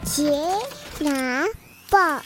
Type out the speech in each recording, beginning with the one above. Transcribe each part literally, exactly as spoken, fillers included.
杰拿报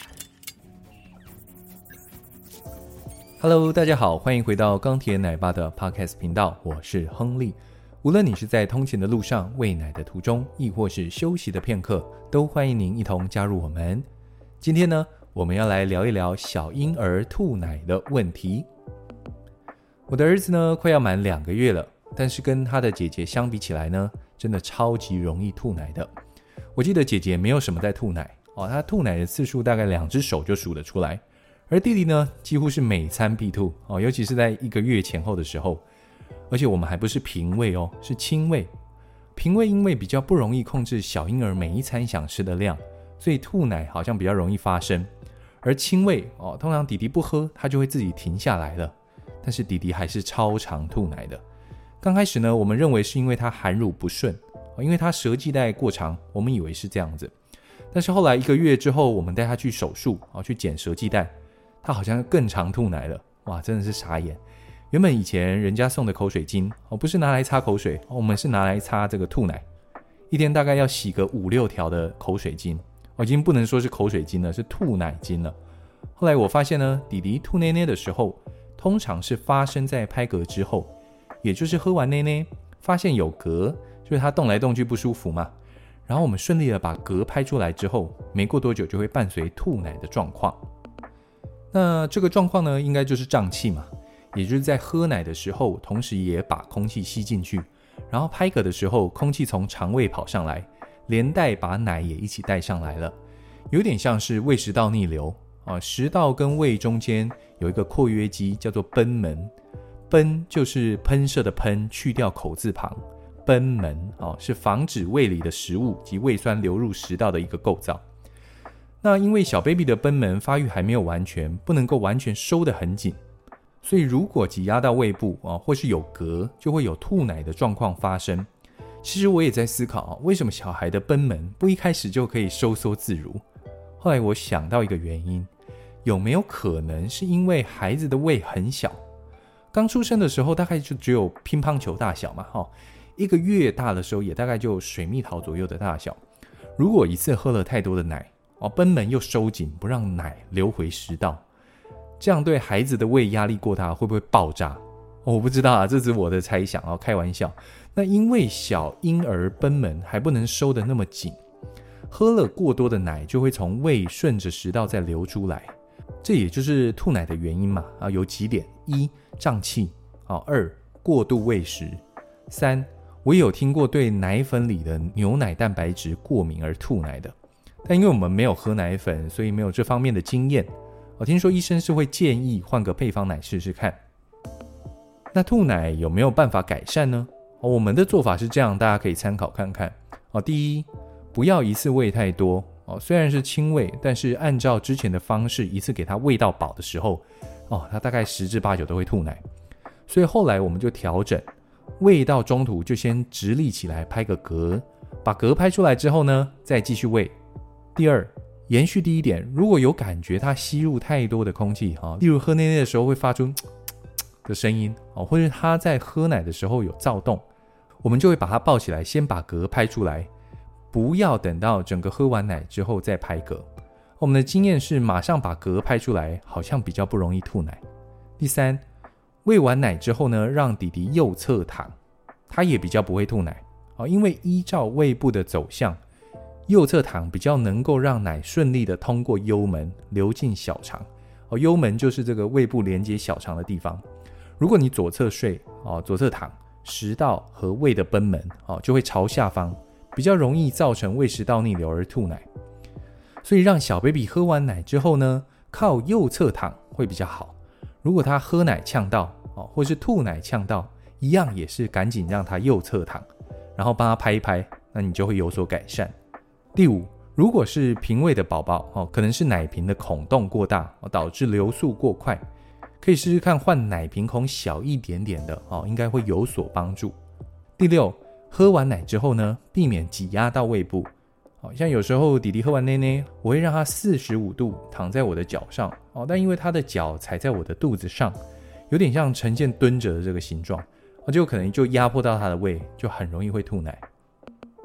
Hello， 大家好，欢迎回到钢铁奶爸的 Podcast 频道，我是亨利。无论你是在通勤的路上、喂奶的途中，亦或是休息的片刻，都欢迎您一同加入我们。今天呢，我们要来聊一聊小婴儿吐奶的问题。我的儿子呢，快要满两个月了，但是跟他的姐姐相比起来呢，真的超级容易吐奶的。我记得姐姐没有什么在吐奶哦，她吐奶的次数大概两只手就数得出来。而弟弟呢，几乎是每餐必吐哦，尤其是在一个月前后的时候。而且我们还不是平喂哦，是亲喂。平喂因为比较不容易控制小婴儿每一餐想吃的量，所以吐奶好像比较容易发生。而亲喂哦，通常弟弟不喝，他就会自己停下来了。但是弟弟还是超常吐奶的。刚开始呢，我们认为是因为他含乳不顺，因为他舌系带过长，我们以为是这样子。但是后来一个月之后，我们带他去手术去剪舌系带，他好像更常吐奶了。哇，真的是傻眼。原本以前人家送的口水巾不是拿来擦口水，我们是拿来擦这个吐奶，一天大概要洗个五六条的口水巾，已经不能说是口水巾了，是吐奶巾了。后来我发现呢，弟弟吐奶奶的时候，通常是发生在拍嗝之后，也就是喝完奶奶发现有嗝，就是他动来动去不舒服嘛，然后我们顺利的把嗝拍出来之后，没过多久就会伴随吐奶的状况。那这个状况呢，应该就是胀气嘛，也就是在喝奶的时候，同时也把空气吸进去，然后拍嗝的时候，空气从肠胃跑上来，连带把奶也一起带上来了，有点像是胃食道逆流啊。食道跟胃中间有一个括约肌，叫做贲门，贲就是喷射的喷，去掉口字旁，贲门啊是防止胃里的食物及胃酸流入食道的一个构造。那因为小 baby 的贲门发育还没有完全，不能够完全收得很紧，所以如果挤压到胃部啊，或是有嗝，就会有吐奶的状况发生。其实我也在思考，为什么小孩的贲门不一开始就可以收缩自如？后来我想到一个原因，有没有可能是因为孩子的胃很小，刚出生的时候大概就只有乒乓球大小嘛，一个月大的时候也大概就水蜜桃左右的大小。如果一次喝了太多的奶，贲门又收紧，不让奶流回食道，这样对孩子的胃压力过大，会不会爆炸？我不知道啊，这只是我的猜想哦，开玩笑。那因为小婴儿贲门还不能收得那么紧，喝了过多的奶就会从胃顺着食道再流出来，这也就是吐奶的原因嘛。啊，有几点：一、胀气；二、过度喂食；三、我也有听过对奶粉里的牛奶蛋白质过敏而吐奶的，但因为我们没有喝奶粉，所以没有这方面的经验。我听说医生是会建议换个配方奶试试看。那吐奶有没有办法改善呢？我们的做法是这样，大家可以参考看看。第一，不要一次喂太多，虽然是亲喂，但是按照之前的方式，一次给他喂到饱的时候，他大概十之八九都会吐奶。所以后来我们就调整，喂到中途就先直立起来拍个嗝，把嗝拍出来之后呢，再继续喂。第二，延续第一点，如果有感觉他吸入太多的空气，例如喝奶奶的时候会发出嘖嘖嘖的声音，或者他在喝奶的时候有躁动，我们就会把他抱起来，先把嗝拍出来，不要等到整个喝完奶之后再拍嗝。我们的经验是马上把嗝拍出来，好像比较不容易吐奶。第三，喂完奶之后呢，让弟弟右侧躺，他也比较不会吐奶，因为依照胃部的走向，右侧躺比较能够让奶顺利的通过幽门流进小肠，哦，幽门就是这个胃部连接小肠的地方。如果你左侧睡，哦，左侧躺，食道和胃的贲门，哦，就会朝下方，比较容易造成胃食道逆流而吐奶。所以让小 baby 喝完奶之后呢，靠右侧躺会比较好。如果他喝奶呛到，哦，或是吐奶呛到，一样也是赶紧让他右侧躺，然后帮他拍一拍，那你就会有所改善。第五，如果是瓶喂的宝宝，哦，可能是奶瓶的孔洞过大，哦，导致流速过快，可以试试看换奶瓶孔小一点点的，哦，应该会有所帮助。第六，喝完奶之后呢，避免挤压到胃部，哦，像有时候弟弟喝完奶奶，我会让他四十五度躺在我的脚上，哦，但因为他的脚踩在我的肚子上，有点像呈现蹲着的这个形状，哦，就可能就压迫到他的胃，就很容易会吐奶。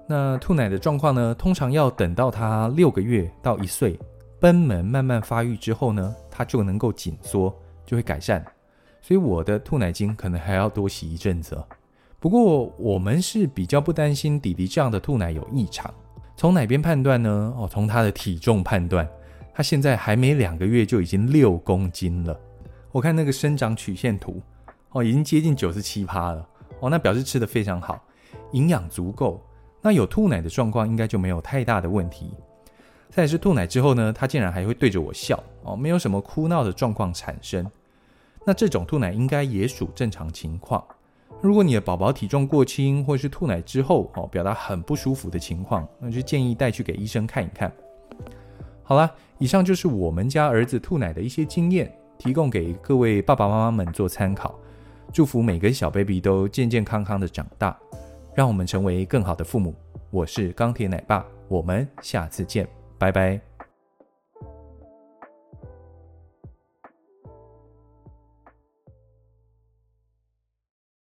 那吐奶的状况呢，通常要等到它六个月到一岁，贲门慢慢发育之后呢，它就能够紧缩，就会改善。所以我的吐奶经可能还要多洗一阵子。不过我们是比较不担心弟弟这样的吐奶有异常。从哪边判断呢？哦，从他的体重判断，他现在还没两个月就已经六公斤了。我看那个生长曲线图，哦，已经接近 百分之九十七 了。哦，那表示吃得非常好，营养足够。那有吐奶的状况应该就没有太大的问题。再来是吐奶之后呢，他竟然还会对着我笑，哦，没有什么哭闹的状况产生。那这种吐奶应该也属正常情况。如果你的宝宝体重过轻，或是吐奶之后，哦，表达很不舒服的情况，那就建议带去给医生看一看。好啦，以上就是我们家儿子吐奶的一些经验，提供给各位爸爸妈妈们做参考。祝福每个小 baby 都健健康康的长大，让我们成为更好的父母。我是钢铁奶爸，我们下次见，拜拜。